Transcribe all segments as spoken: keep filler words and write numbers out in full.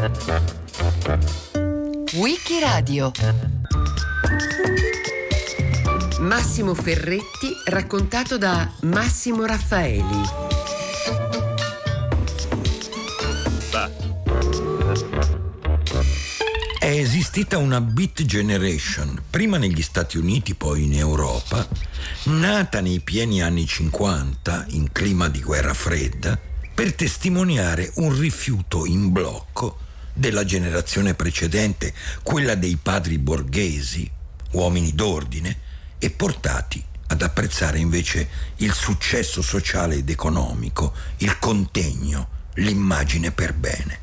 Wikiradio. Massimo Ferretti raccontato da Massimo Raffaeli. È esistita una Beat Generation, prima negli Stati Uniti, poi in Europa, nata nei pieni anni cinquanta, in clima di guerra fredda, per testimoniare un rifiuto in blocco della generazione precedente, quella dei padri borghesi, uomini d'ordine, e portati ad apprezzare invece il successo sociale ed economico, il contegno, l'immagine per bene.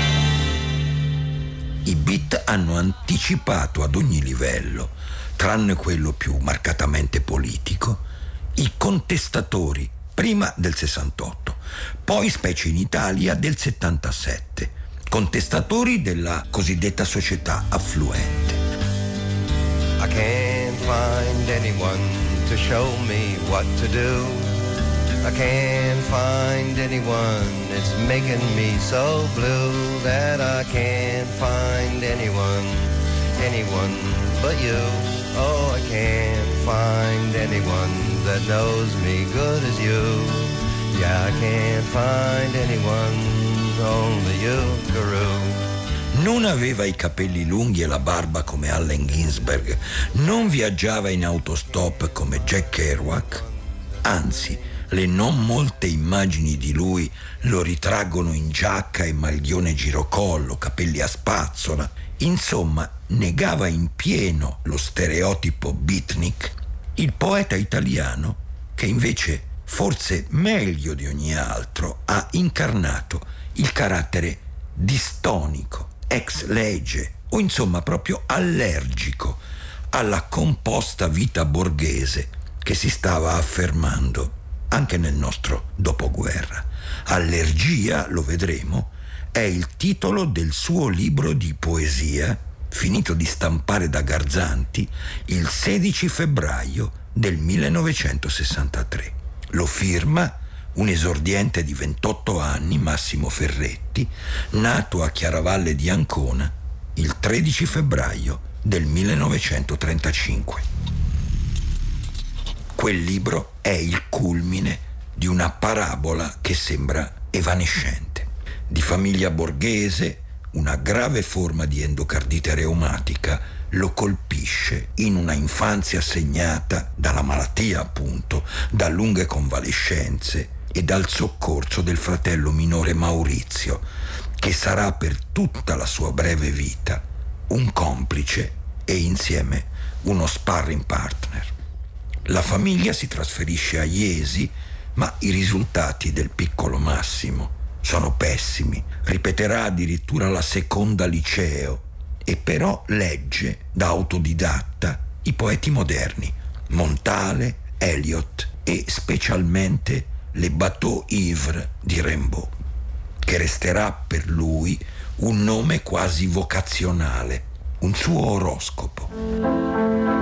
I beat hanno anticipato ad ogni livello, tranne quello più marcatamente politico, i contestatori prima del sessantotto, poi specie in Italia del settantasette, contestatori della cosiddetta società affluente. I can't find anyone to show me what to do. I can't find anyone, it's making me so blue that I can't find anyone, anyone but you. Oh, I can't find anyone that knows me good as you. Yeah, I can't find anyone, only you, Guru. Non aveva i capelli lunghi e la barba come Allen Ginsberg, non viaggiava in autostop come Jack Kerouac, anzi, le non molte immagini di lui lo ritraggono in giacca e maglione girocollo, capelli a spazzola. Insomma, negava in pieno lo stereotipo beatnik, il poeta italiano che invece, forse meglio di ogni altro, ha incarnato il carattere distonico, ex legge o insomma proprio allergico alla composta vita borghese che si stava affermando anche nel nostro dopoguerra. Allergia, lo vedremo, è il titolo del suo libro di poesia, finito di stampare da Garzanti il sedici febbraio del millenovecentosessantatré. Lo firma un esordiente di ventotto anni, Massimo Ferretti, nato a Chiaravalle di Ancona il tredici febbraio del millenovecentotrentacinque. Quel libro è il culmine di una parabola che sembra evanescente. Di famiglia borghese, una grave forma di endocardite reumatica lo colpisce in una infanzia segnata dalla malattia, appunto, da lunghe convalescenze e dal soccorso del fratello minore Maurizio, che sarà per tutta la sua breve vita un complice e insieme uno sparring partner. La famiglia si trasferisce a Jesi, ma i risultati del piccolo Massimo sono pessimi. Ripeterà addirittura la seconda liceo e però legge da autodidatta i poeti moderni, Montale, Eliot e specialmente le Bateaux Ivres di Rimbaud, che resterà per lui un nome quasi vocazionale, un suo oroscopo.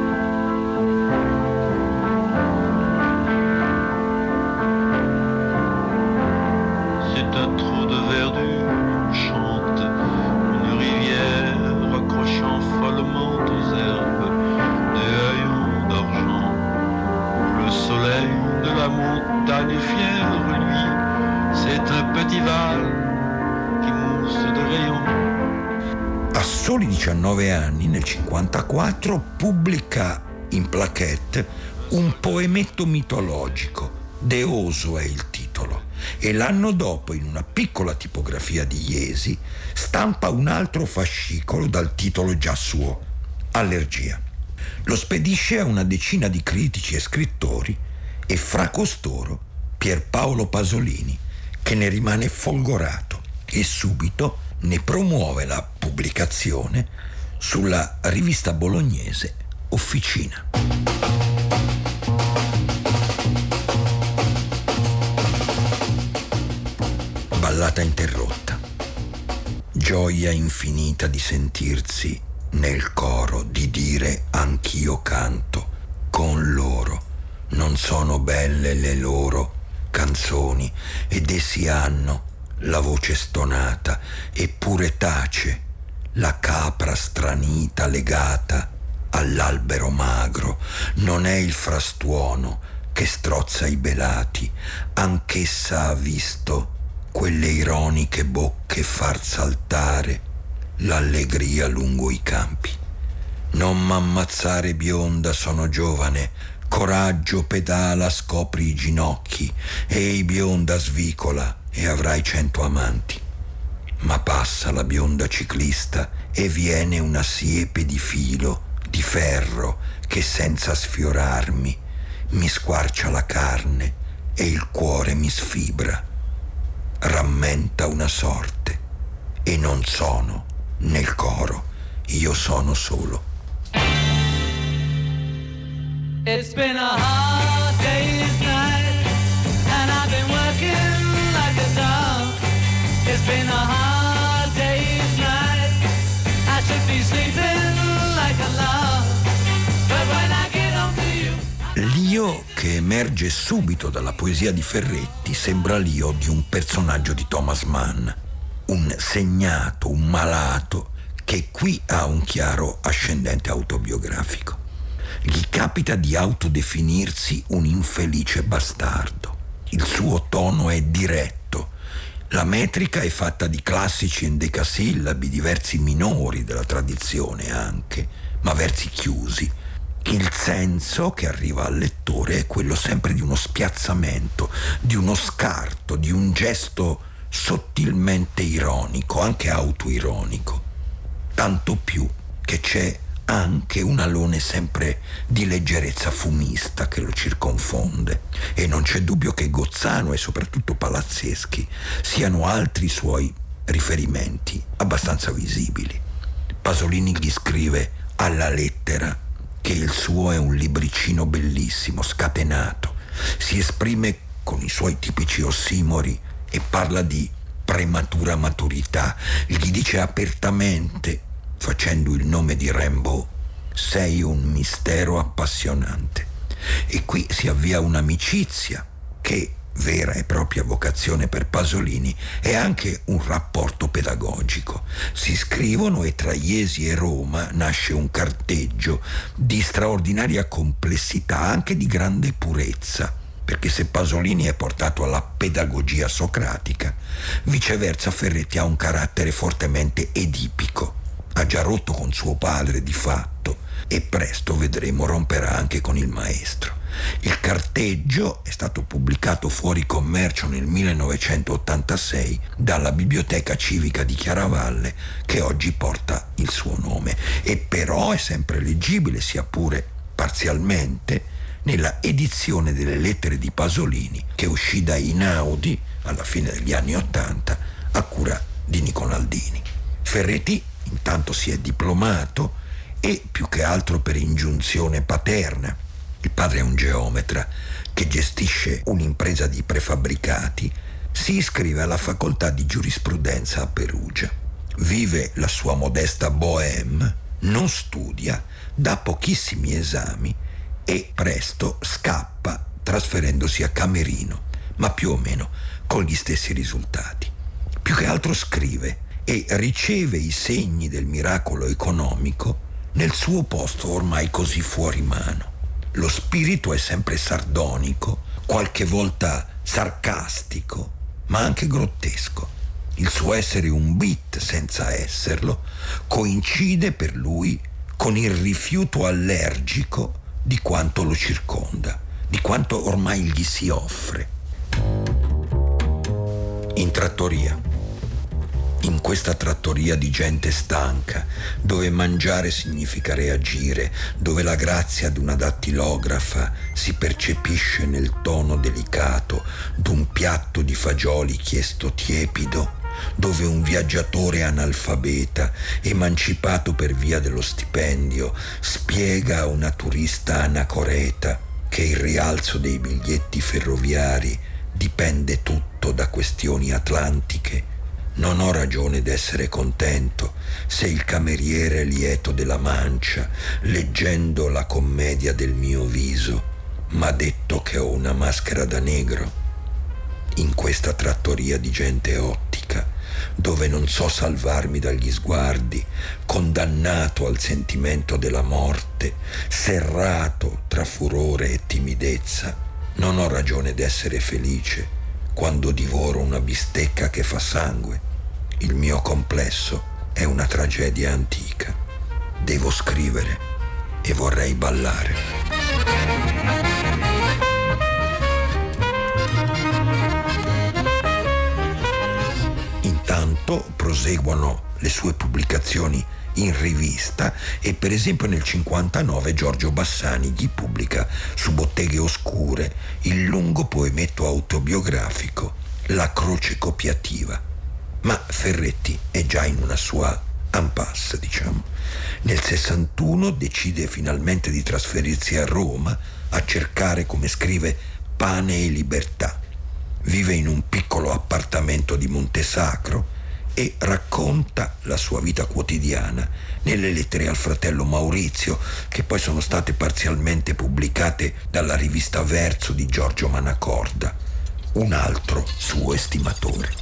A soli diciannove anni, nel cinquantaquattro, pubblica in plaquette un poemetto mitologico, Deoso è il titolo, e l'anno dopo, in una piccola tipografia di Jesi, stampa un altro fascicolo dal titolo già suo, Allergia. Lo spedisce a una decina di critici e scrittori e fra costoro Pierpaolo Pasolini, che ne rimane folgorato e subito ne promuove la pubblicazione sulla rivista bolognese Officina. Ballata interrotta. Gioia infinita di sentirsi nel coro, di dire anch'io canto con loro. Non sono belle le loro canzoni ed essi hanno la voce stonata, eppure tace, la capra stranita legata all'albero magro. Non è il frastuono che strozza i belati, anch'essa ha visto quelle ironiche bocche far saltare l'allegria lungo i campi. Non m'ammazzare bionda, sono giovane, coraggio pedala, scopri i ginocchi, ehi bionda svicola e avrai cento amanti. Ma passa la bionda ciclista e viene una siepe di filo, di ferro, che senza sfiorarmi mi squarcia la carne e il cuore mi sfibra. Rammenta una sorte e non sono nel coro, io sono solo. It's been a hard day's night and I've been working like a dog. It's been a hard day's night, I should be sleeping like a log, but when I get home to you. L'io che emerge subito dalla poesia di Ferretti sembra l'io di un personaggio di Thomas Mann, un segnato, un malato che qui ha un chiaro ascendente autobiografico. Gli capita di autodefinirsi un infelice bastardo. Il suo tono è diretto. La metrica è fatta di classici endecasillabi, di versi minori della tradizione anche, ma versi chiusi. Il senso che arriva al lettore è quello sempre di uno spiazzamento, di uno scarto, di un gesto sottilmente ironico, anche autoironico. Tanto più che c'è anche un alone sempre di leggerezza fumista che lo circonfonde, e non c'è dubbio che Gozzano e soprattutto Palazzeschi siano altri suoi riferimenti abbastanza visibili. Pasolini gli scrive alla lettera che il suo è un libricino bellissimo, scatenato, si esprime con i suoi tipici ossimori e parla di prematura maturità. Gli dice apertamente, facendo il nome di Rimbaud, sei un mistero appassionante. E qui si avvia un'amicizia che, vera e propria vocazione per Pasolini, è anche un rapporto pedagogico. Si scrivono e tra Iesi e Roma nasce un carteggio di straordinaria complessità, anche di grande purezza, perché se Pasolini è portato alla pedagogia socratica, viceversa Ferretti ha un carattere fortemente edipico. Ha già rotto con suo padre di fatto e presto, vedremo, romperà anche con il maestro. Il carteggio è stato pubblicato fuori commercio nel millenovecentottantasei dalla Biblioteca Civica di Chiaravalle, che oggi porta il suo nome, e però è sempre leggibile, sia pure parzialmente, nella edizione delle lettere di Pasolini che uscì da Inaudi alla fine degli anni Ottanta a cura di Niconaldini. Ferretti intanto si è diplomato e, più che altro per ingiunzione paterna, il padre è un geometra che gestisce un'impresa di prefabbricati, si iscrive alla facoltà di giurisprudenza a Perugia. Vive la sua modesta bohème, non studia, dà pochissimi esami e presto scappa trasferendosi a Camerino, ma più o meno con gli stessi risultati. Più che altro scrive e riceve i segni del miracolo economico nel suo posto ormai così fuori mano. Lo spirito è sempre sardonico, qualche volta sarcastico, ma anche grottesco. Il suo essere un beat senza esserlo coincide per lui con il rifiuto allergico di quanto lo circonda, di quanto ormai gli si offre. In trattoria. In questa trattoria di gente stanca, dove mangiare significa reagire, dove la grazia d'una dattilografa si percepisce nel tono delicato d'un piatto di fagioli chiesto tiepido, dove un viaggiatore analfabeta, emancipato per via dello stipendio, spiega a una turista anacoreta che il rialzo dei biglietti ferroviari dipende tutto da questioni atlantiche, non ho ragione d'essere contento se il cameriere è lieto della mancia, leggendo la commedia del mio viso, m'ha detto che ho una maschera da negro. in questa trattoria di gente ottica, dove non so salvarmi dagli sguardi, condannato al sentimento della morte, serrato tra furore e timidezza, non ho ragione d'essere felice quando divoro una bistecca che fa sangue. Il mio complesso è una tragedia antica. Devo scrivere e vorrei ballare. Intanto proseguono le sue pubblicazioni in rivista e per esempio nel cinquantanove Giorgio Bassani gli pubblica su Botteghe Oscure il lungo poemetto autobiografico La croce copiativa. Ma Ferretti è già in una sua impasse, diciamo. Nel sessantuno decide finalmente di trasferirsi a Roma a cercare, come scrive, pane e libertà. Vive in un piccolo appartamento di Montesacro e racconta la sua vita quotidiana nelle lettere al fratello Maurizio, che poi sono state parzialmente pubblicate dalla rivista Verso di Giorgio Manacorda, un altro suo estimatore.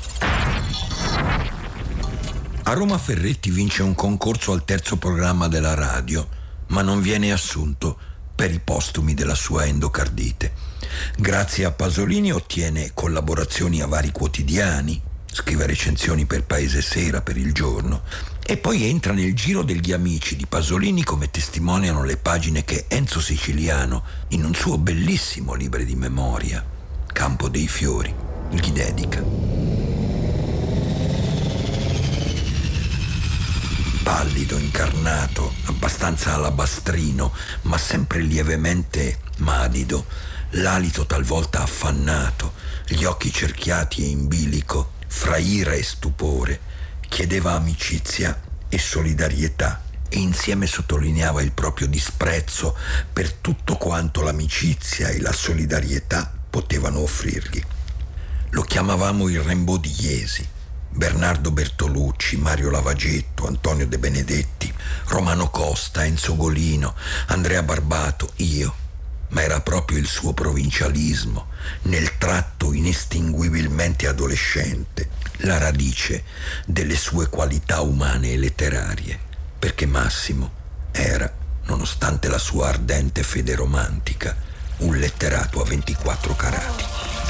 A Roma Ferretti vince un concorso al terzo programma della radio, ma non viene assunto per i postumi della sua endocardite. Grazie a Pasolini ottiene collaborazioni a vari quotidiani, scrive recensioni per Paese Sera, per Il Giorno, e poi entra nel giro degli amici di Pasolini, come testimoniano le pagine che Enzo Siciliano, in un suo bellissimo libro di memoria, Campo dei Fiori, gli dedica. Pallido, incarnato, abbastanza alabastrino, ma sempre lievemente madido, l'alito talvolta affannato, gli occhi cerchiati e in bilico, fra ira e stupore, chiedeva amicizia e solidarietà e insieme sottolineava il proprio disprezzo per tutto quanto l'amicizia e la solidarietà potevano offrirgli. Lo chiamavamo il Rimbaud di Iesi. Bernardo Bertolucci, Mario Lavagetto, Antonio De Benedetti, Romano Costa, Enzo Golino, Andrea Barbato, io. Ma era proprio il suo provincialismo, nel tratto inestinguibilmente adolescente, la radice delle sue qualità umane e letterarie, perché Massimo era, nonostante la sua ardente fede romantica, un letterato a ventiquattro carati.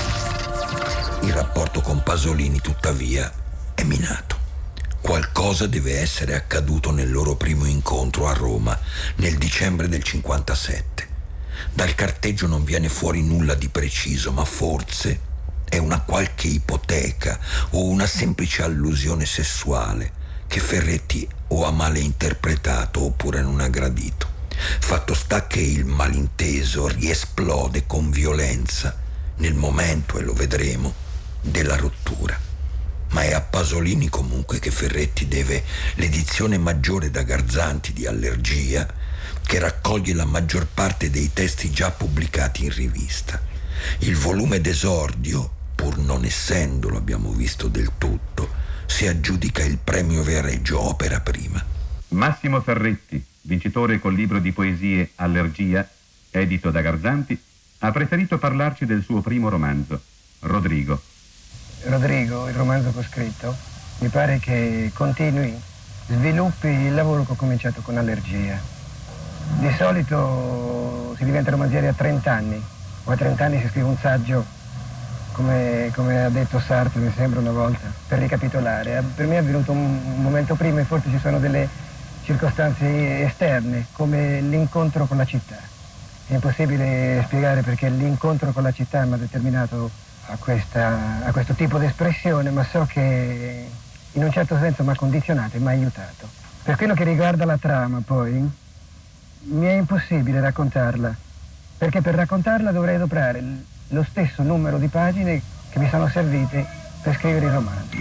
Il rapporto con Pasolini, tuttavia, è minato. Qualcosa deve essere accaduto nel loro primo incontro a Roma nel dicembre del cinquantasette. Dal carteggio non viene fuori nulla di preciso, ma forse è una qualche ipoteca o una semplice allusione sessuale che Ferretti o ha male interpretato oppure non ha gradito. Fatto sta che il malinteso riesplode con violenza nel momento, e lo vedremo, della rottura. Ma è a Pasolini comunque che Ferretti deve l'edizione maggiore da Garzanti di Allergia, che raccoglie la maggior parte dei testi già pubblicati in rivista. Il volume d'esordio, pur non essendo, lo abbiamo visto, del tutto, si aggiudica il premio Viareggio opera prima. Massimo Ferretti, vincitore col libro di poesie Allergia, edito da Garzanti, ha preferito parlarci del suo primo romanzo, Rodrigo. Rodrigo, il romanzo che ho scritto, mi pare che continui, sviluppi il lavoro che ho cominciato con Allergia. Di solito si diventa romanzieri a trenta anni, o a trenta anni si scrive un saggio, come, come ha detto Sartre, mi sembra una volta, per ricapitolare. Per me è avvenuto un momento prima e forse ci sono delle circostanze esterne, come l'incontro con la città. È impossibile spiegare perché l'incontro con la città mi ha determinato a, questa, a questo tipo di espressione, ma so che in un certo senso mi ha condizionato e mi ha aiutato. Per quello che riguarda la trama, poi, mi è impossibile raccontarla, perché per raccontarla dovrei adoperare lo stesso numero di pagine che mi sono servite per scrivere il romanzo.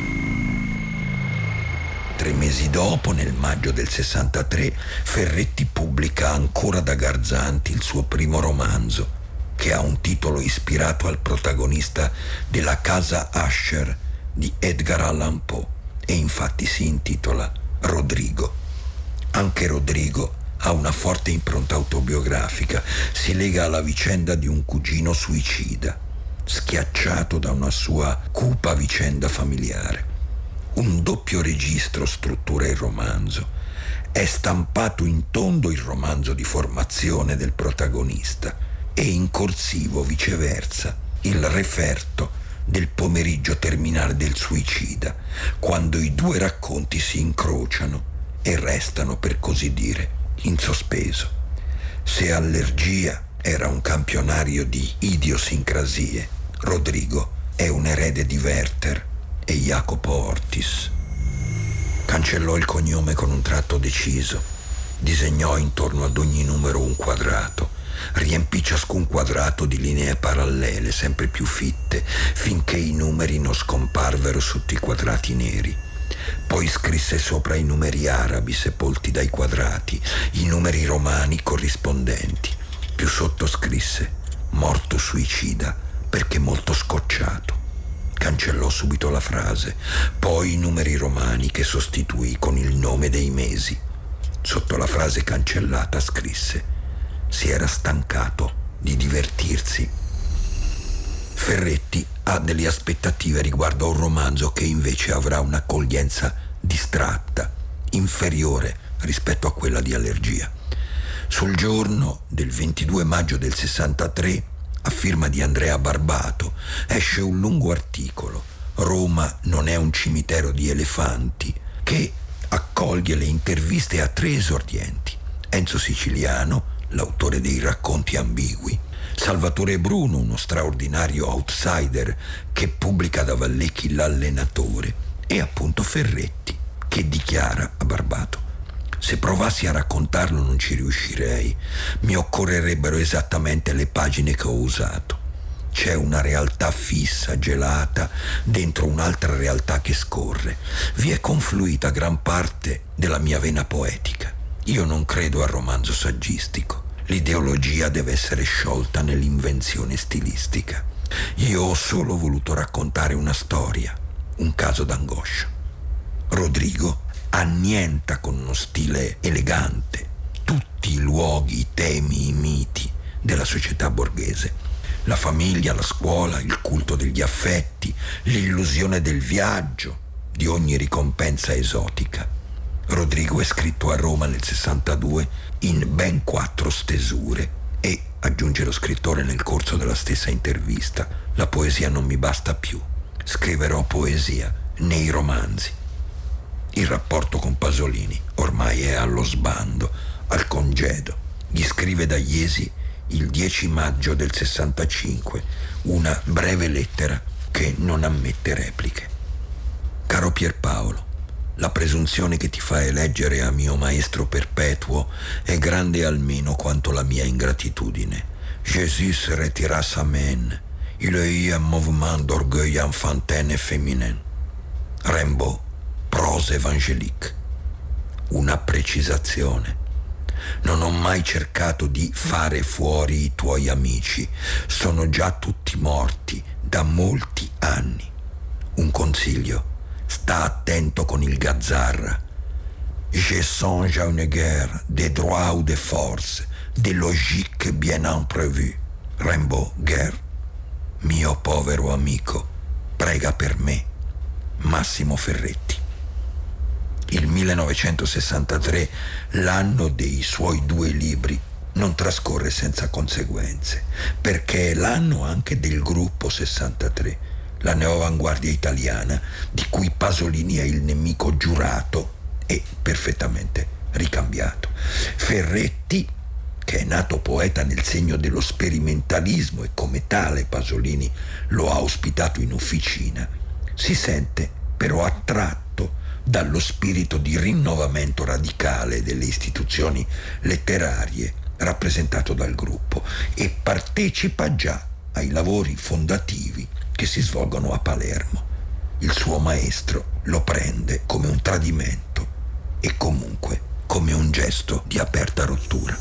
Tre mesi dopo, nel maggio del sessantatré, Ferretti pubblica ancora da Garzanti il suo primo romanzo, che ha un titolo ispirato al protagonista della Casa Usher di Edgar Allan Poe e infatti si intitola Rodrigo. Anche Rodrigo ha una forte impronta autobiografica, si lega alla vicenda di un cugino suicida. schiacciato da una sua cupa vicenda familiare. Un doppio registro struttura il romanzo. È stampato in tondo il romanzo di formazione del protagonista e in corsivo, viceversa, il referto del pomeriggio terminale del suicida, quando i due racconti si incrociano e restano, per così dire, in sospeso. Se Allergia era un campionario di idiosincrasie, Rodrigo è un erede di Werther e Jacopo Ortis. Cancellò il cognome con un tratto deciso, disegnò intorno ad ogni numero un quadrato, riempì ciascun quadrato di linee parallele sempre più fitte finché i numeri non scomparvero sotto i quadrati neri. Poi scrisse sopra i numeri arabi sepolti dai quadrati, i numeri romani corrispondenti. Più sotto scrisse morto suicida perché molto scocciato. Cancellò subito la frase, poi i numeri romani che sostituì con il nome dei mesi. Sotto la frase cancellata scrisse: si era stancato di divertirsi. Ferretti ha delle aspettative riguardo a un romanzo che invece avrà un'accoglienza distratta, inferiore rispetto a quella di Allergia. Sul giorno del ventidue maggio del sessantatré, a firma di Andrea Barbato, esce un lungo articolo, Roma non è un cimitero di elefanti, che accoglie le interviste a tre esordienti: Enzo Siciliano, l'autore dei Racconti ambigui, Salvatore Bruno, uno straordinario outsider che pubblica da Vallecchi L'allenatore, e appunto Ferretti, che dichiara a Barbato: se provassi a raccontarlo non ci riuscirei, mi occorrerebbero esattamente le pagine che ho usato. C'è una realtà fissa, gelata, dentro un'altra realtà che scorre. Vi è confluita gran parte della mia vena poetica. Io non credo al romanzo saggistico. L'ideologia deve essere sciolta nell'invenzione stilistica. Io ho solo voluto raccontare una storia, un caso d'angoscia. Rodrigo annienta con uno stile elegante tutti i luoghi, i temi, i miti della società borghese. La famiglia, la scuola, il culto degli affetti, l'illusione del viaggio, di ogni ricompensa esotica. Rodrigo è scritto a Roma nel sessantadue in ben quattro stesure e, aggiunge lo scrittore nel corso della stessa intervista, la poesia non mi basta più. Scriverò poesia nei romanzi. Il rapporto con Pasolini ormai è allo sbando, al congedo. Gli scrive da Iesi il dieci maggio del sessantacinque una breve lettera che non ammette repliche. Caro Pierpaolo, la presunzione che ti fa eleggere a mio maestro perpetuo è grande almeno quanto la mia ingratitudine. Jésus se retira sa main. Il a eu un mouvement d'orgueil enfantin et féminin. Rimbaud, prose évangélique. Una precisazione. Non ho mai cercato di fare fuori i tuoi amici. Sono già tutti morti da molti anni. Un consiglio: sta attento con il Gazzarra. Je songe à une guerre, des droits ou des forces, des logiques bien imprévues. Rimbaud, guerre. Mio povero amico, prega per me. Massimo Ferretti. Il millenovecentosessantatré, l'anno dei suoi due libri, non trascorre senza conseguenze, perché è l'anno anche del gruppo sessantatré, la neoavanguardia italiana, di cui Pasolini è il nemico giurato e perfettamente ricambiato. Ferretti, che è nato poeta nel segno dello sperimentalismo e come tale Pasolini lo ha ospitato in officina, si sente però attratto dallo spirito di rinnovamento radicale delle istituzioni letterarie rappresentato dal gruppo e partecipa già ai lavori fondativi che si svolgono a Palermo. Il suo maestro lo prende come un tradimento e comunque come un gesto di aperta rottura.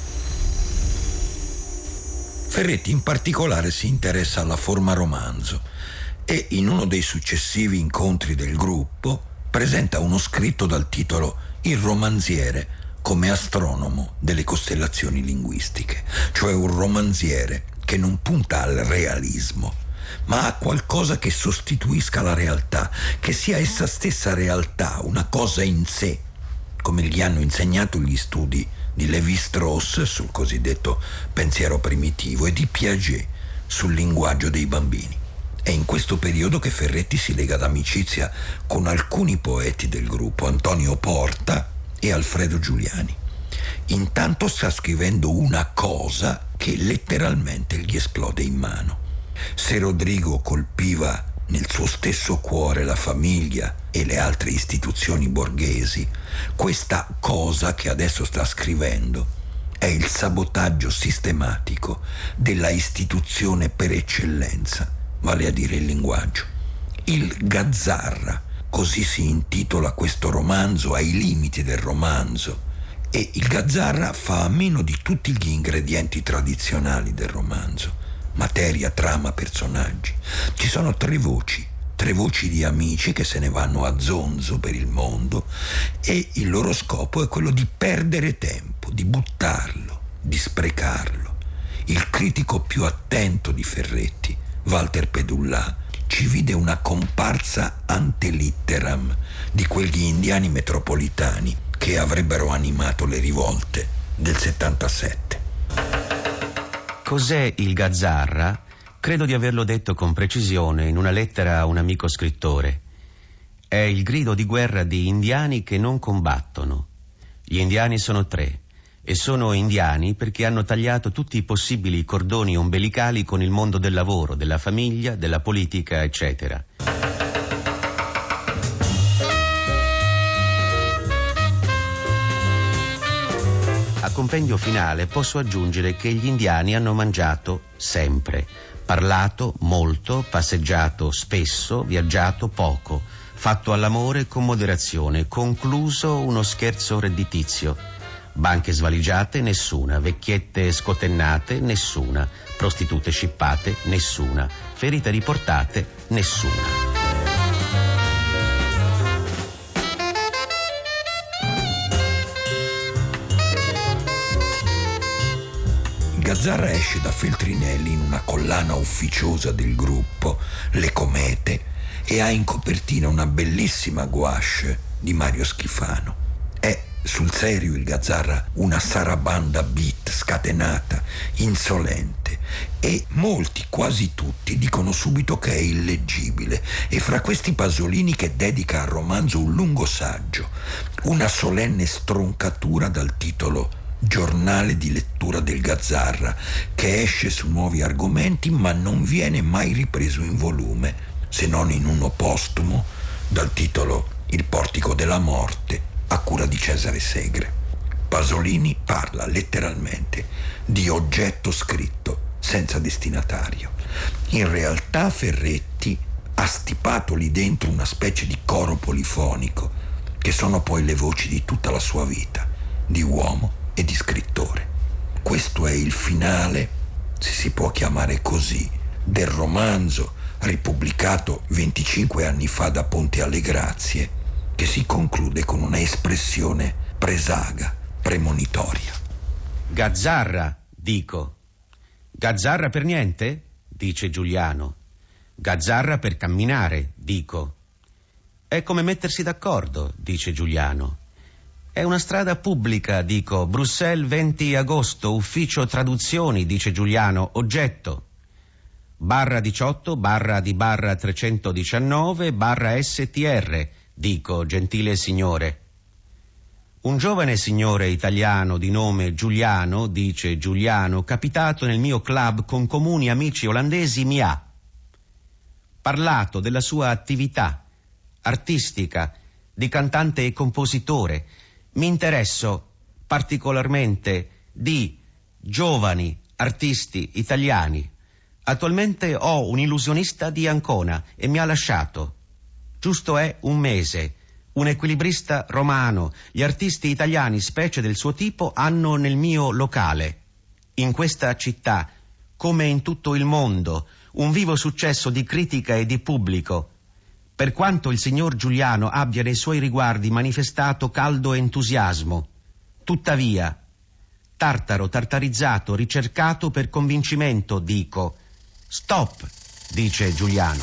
Ferretti in particolare si interessa alla forma romanzo e in uno dei successivi incontri del gruppo presenta uno scritto dal titolo Il romanziere come astronomo delle costellazioni linguistiche, cioè un romanziere che non punta al realismo, ma a qualcosa che sostituisca la realtà, che sia essa stessa realtà, una cosa in sé, come gli hanno insegnato gli studi di Lévi-Strauss sul cosiddetto pensiero primitivo e di Piaget sul linguaggio dei bambini. È in questo periodo che Ferretti si lega d'amicizia con alcuni poeti del gruppo, Antonio Porta e Alfredo Giuliani. Intanto sta scrivendo una cosa che letteralmente gli esplode in mano. Se Rodrigo colpiva nel suo stesso cuore la famiglia e le altre istituzioni borghesi, questa cosa che adesso sta scrivendo è il sabotaggio sistematico della istituzione per eccellenza, vale a dire il linguaggio. Il Gazzarra, così si intitola questo romanzo, ai limiti del romanzo, e il Gazzarra fa a meno di tutti gli ingredienti tradizionali del romanzo: materia, trama, personaggi. Ci sono tre voci, tre voci di amici che se ne vanno a zonzo per il mondo e il loro scopo è quello di perdere tempo, di buttarlo, di sprecarlo. Il critico più attento di Ferretti, Walter Pedullà, ci vide una comparsa ante litteram di quegli indiani metropolitani che avrebbero animato le rivolte del settantasette. Cos'è il Gazzarra? Credo di averlo detto con precisione in una lettera a un amico scrittore. È il grido di guerra di indiani che non combattono. Gli indiani sono tre e sono indiani perché hanno tagliato tutti i possibili cordoni ombelicali con il mondo del lavoro, della famiglia, della politica, eccetera. A compendio finale posso aggiungere che gli indiani hanno mangiato sempre, parlato molto, passeggiato spesso, viaggiato poco, fatto all'amore con moderazione, concluso uno scherzo redditizio. Banche svaligiate, nessuna. Vecchiette scotennate, nessuna. Prostitute scippate, nessuna. Ferite riportate, nessuna. Gazzarra esce da Feltrinelli in una collana ufficiosa del gruppo, Le Comete, e ha in copertina una bellissima gouache di Mario Schifano. È, sul serio, il Gazzarra una sarabanda beat scatenata, insolente, e molti, quasi tutti, dicono subito che è illeggibile, e fra questi Pasolini che dedica al romanzo un lungo saggio, una solenne stroncatura dal titolo Giornale di lettura del Gazzarra, che esce su nuovi argomenti ma non viene mai ripreso in volume, se non in uno postumo dal titolo Il portico della morte, a cura di Cesare Segre. Pasolini parla letteralmente di oggetto scritto senza destinatario. In realtà Ferretti ha stipato lì dentro una specie di coro polifonico, che sono poi le voci di tutta la sua vita di uomo e di scrittore. Questo è il finale, se si può chiamare così, del romanzo ripubblicato venticinque anni fa da Ponte alle Grazie, che si conclude con una espressione presaga, premonitoria. Gazzarra, dico. Gazzarra per niente? Dice Giuliano. Gazzarra per camminare, dico. È come mettersi d'accordo, dice Giuliano. È una strada pubblica, dico. Bruxelles venti agosto, ufficio traduzioni, dice Giuliano, oggetto. Barra diciotto, barra di barra trecentodiciannove, barra S T R, dico, gentile signore. Un giovane signore italiano di nome Giuliano, dice Giuliano, capitato nel mio club con comuni amici olandesi, mi ha parlato della sua attività artistica di cantante e compositore. Mi interesso particolarmente di giovani artisti italiani. Attualmente ho un illusionista di Ancona e mi ha lasciato. Giusto è un mese. Un equilibrista romano. Gli artisti italiani, specie del suo tipo, hanno nel mio locale, in questa città, come in tutto il mondo, un vivo successo di critica e di pubblico. Per quanto il signor Giuliano abbia nei suoi riguardi manifestato caldo entusiasmo, tuttavia, tartaro, tartarizzato, ricercato per convincimento, dico, stop, dice Giuliano.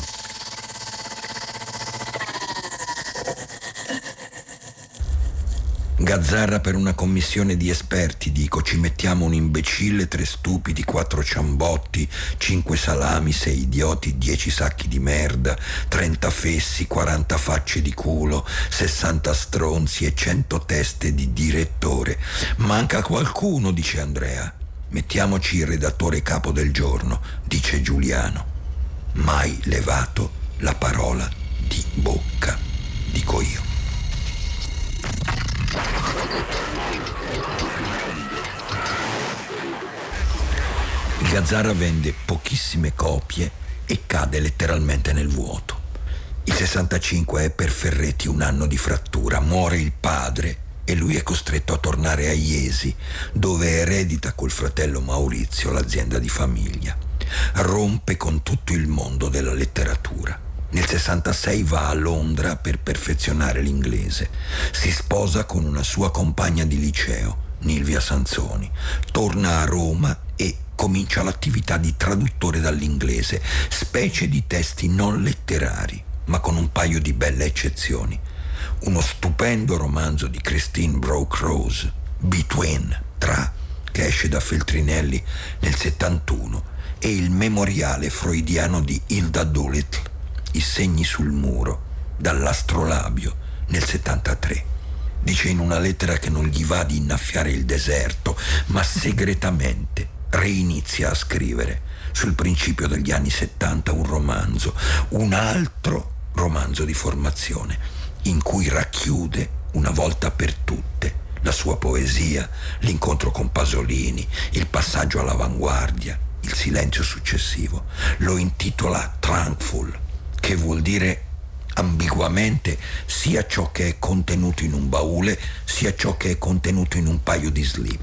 Gazzarra per una commissione di esperti, dico, ci mettiamo un imbecille, tre stupidi, quattro ciambotti, cinque salami, sei idioti, dieci sacchi di merda, trenta fessi, quaranta facce di culo, sessanta stronzi e cento teste di direttore. Manca qualcuno, dice Andrea. Mettiamoci il redattore capo del giorno, dice Giuliano. Mai levato la parola di bocca, dico io. Il Gazzarra vende pochissime copie e cade letteralmente nel vuoto. Il sessantacinque è per Ferretti un anno di frattura, muore il padre e lui è costretto a tornare a Iesi, dove eredita col fratello Maurizio l'azienda di famiglia. Rompe con tutto il mondo della letteratura. Nel sessantasei va a Londra per perfezionare l'inglese. Si sposa con una sua compagna di liceo, Nilvia Sanzoni. Torna a Roma e comincia l'attività di traduttore dall'inglese, specie di testi non letterari, ma con un paio di belle eccezioni. Uno stupendo romanzo di Christine Broke Rose, Between, tra, che esce da Feltrinelli nel settantuno, e il memoriale freudiano di Hilda Doolittle, I segni sul muro, dall'astrolabio, nel settantatré. Dice in una lettera che non gli va di innaffiare il deserto, ma segretamente reinizia a scrivere sul principio degli anni settanta un romanzo, un altro romanzo di formazione, in cui racchiude una volta per tutte la sua poesia, l'incontro con Pasolini, il passaggio all'avanguardia, il silenzio successivo. Lo intitola Trunkful, che vuol dire ambiguamente sia ciò che è contenuto in un baule, sia ciò che è contenuto in un paio di slip.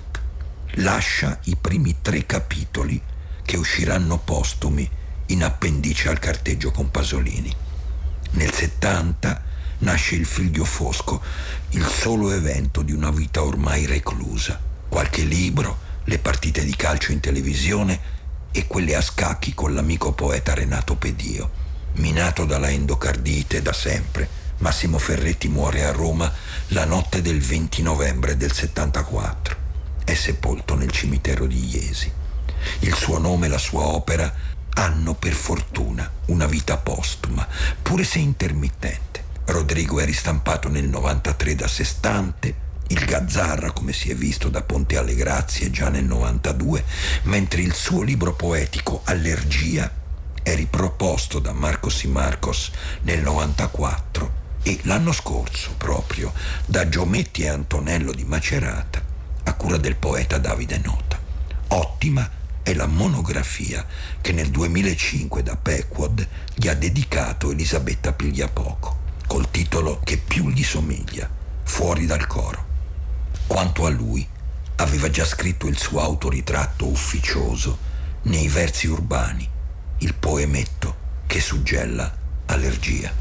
Lascia i primi tre capitoli che usciranno postumi in appendice al carteggio con Pasolini. Nel settanta nasce Il figlio fosco, il solo evento di una vita ormai reclusa. Qualche libro, le partite di calcio in televisione e quelle a scacchi con l'amico poeta Renato Pedio. Minato dalla endocardite da sempre, Massimo Ferretti muore a Roma la notte del venti novembre del settantaquattro. È sepolto nel cimitero di Iesi. Il suo nome e la sua opera hanno per fortuna una vita postuma, pure se intermittente. Rodrigo è ristampato nel novantatré da Sestante, il Gazzarra, come si è visto, da Ponte alle Grazie già nel novantadue, mentre il suo libro poetico Allergia è riproposto da Marcos y Marcos nel novantaquattro e l'anno scorso proprio da Giometti e Antonello di Macerata a cura del poeta Davide Nota. Ottima è la monografia che nel duemilacinque da Pequod gli ha dedicato Elisabetta Pigliapoco, col titolo che più gli somiglia, Fuori dal coro. Quanto a lui, aveva già scritto il suo autoritratto ufficioso nei versi urbani, il poemetto che suggella Allergia.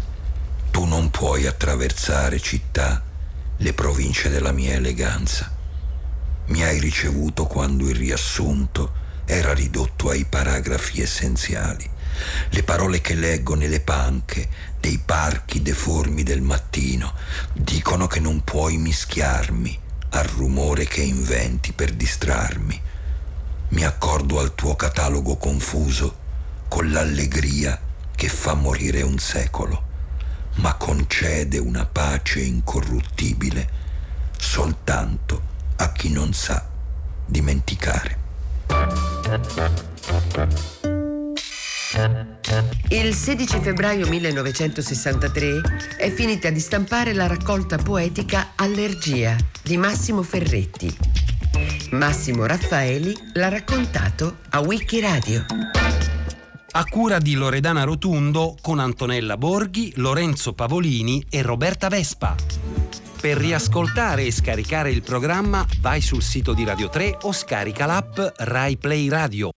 Tu non puoi attraversare, città, le province della mia eleganza. Mi hai ricevuto quando il riassunto era ridotto ai paragrafi essenziali. Le parole che leggo nelle panche dei parchi deformi del mattino dicono che non puoi mischiarmi al rumore che inventi per distrarmi. Mi accordo al tuo catalogo confuso con l'allegria che fa morire un secolo, ma concede una pace incorruttibile soltanto a chi non sa dimenticare. Il sedici febbraio millenovecentosessantatré è finita di stampare la raccolta poetica Allergia di Massimo Ferretti. Massimo Raffaeli l'ha raccontato a Wikiradio. A cura di Loredana Rotundo con Antonella Borghi, Lorenzo Pavolini e Roberta Vespa. Per riascoltare e scaricare il programma vai sul sito di Radio tre o scarica l'app Rai Play Radio.